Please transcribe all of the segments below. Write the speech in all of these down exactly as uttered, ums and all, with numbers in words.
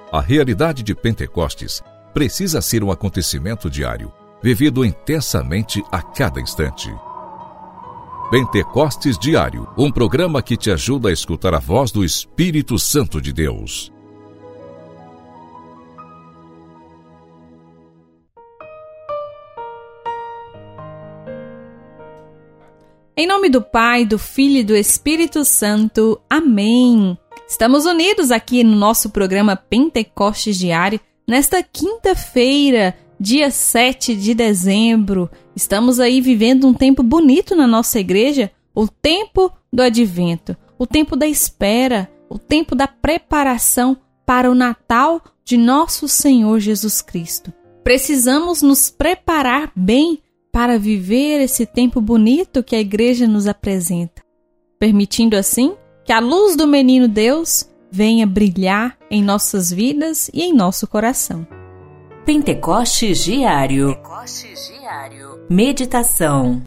A realidade de Pentecostes precisa ser um acontecimento diário, vivido intensamente a cada instante. Pentecostes Diário, um programa que te ajuda a escutar a voz do Espírito Santo de Deus. Em nome do Pai, do Filho e do Espírito Santo. Amém. Estamos unidos aqui no nosso programa Pentecostes Diário, nesta quinta-feira, dia sete de dezembro. Estamos aí vivendo um tempo bonito na nossa igreja, o tempo do advento, o tempo da espera, o tempo da preparação para o Natal de nosso Senhor Jesus Cristo. Precisamos nos preparar bem para viver esse tempo bonito que a igreja nos apresenta, permitindo assim que a luz do menino Deus venha brilhar em nossas vidas e em nosso coração. Pentecostes Diário. Pentecostes Diário. Meditação.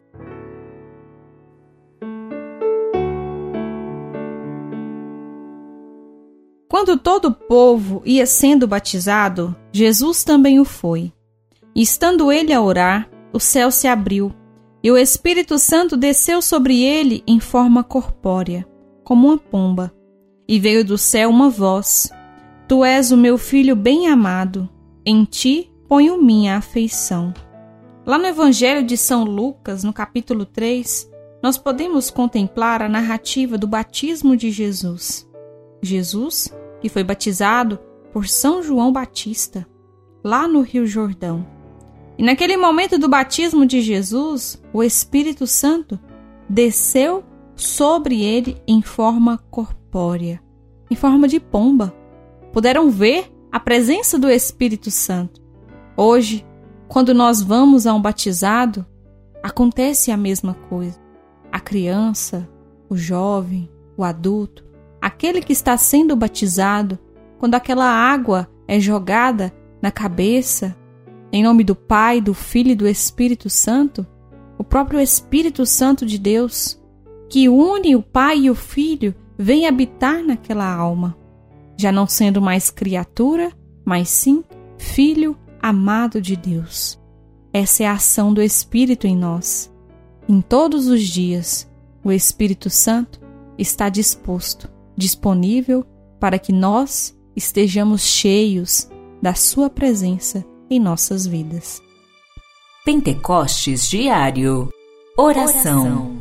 Quando todo o povo ia sendo batizado, Jesus também o foi. E estando ele a orar, o céu se abriu, e o Espírito Santo desceu sobre ele em forma corpórea, como uma pomba. E veio do céu uma voz: Tu és o meu filho bem-amado, em ti ponho minha afeição. Lá no Evangelho de São Lucas, no capítulo três, nós podemos contemplar a narrativa do batismo de Jesus. Jesus, que foi batizado por São João Batista, lá no Rio Jordão. E naquele momento do batismo de Jesus, o Espírito Santo desceu sobre ele em forma corpórea, em forma de pomba. Puderam ver a presença do Espírito Santo. Hoje, quando nós vamos a um batizado, acontece a mesma coisa. A criança, o jovem, o adulto, aquele que está sendo batizado, quando aquela água é jogada na cabeça, em nome do Pai, do Filho e do Espírito Santo, o próprio Espírito Santo de Deus, que une o Pai e o Filho, vem habitar naquela alma, já não sendo mais criatura, mas sim Filho amado de Deus. Essa é a ação do Espírito em nós. Em todos os dias, o Espírito Santo está disposto, disponível para que nós estejamos cheios da sua presença em nossas vidas. Pentecostes Diário. Oração. Oração.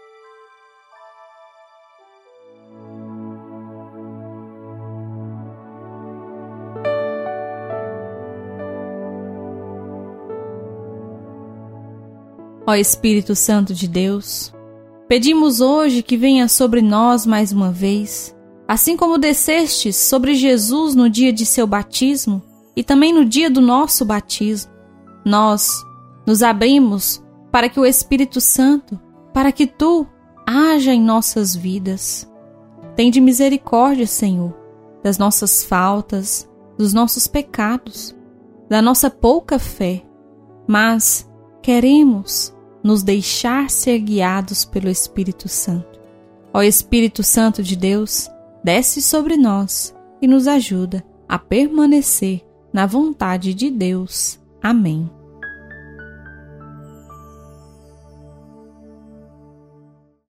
Ó Espírito Santo de Deus, pedimos hoje que venha sobre nós mais uma vez, assim como descestes sobre Jesus no dia de seu batismo, e também no dia do nosso batismo. Nós nos abrimos para que o Espírito Santo, para que Tu haja em nossas vidas. Tende misericórdia, Senhor, das nossas faltas, dos nossos pecados, da nossa pouca fé, mas queremos nos deixar ser guiados pelo Espírito Santo. Ó Espírito Santo de Deus, desce sobre nós e nos ajuda a permanecer na vontade de Deus. Amém.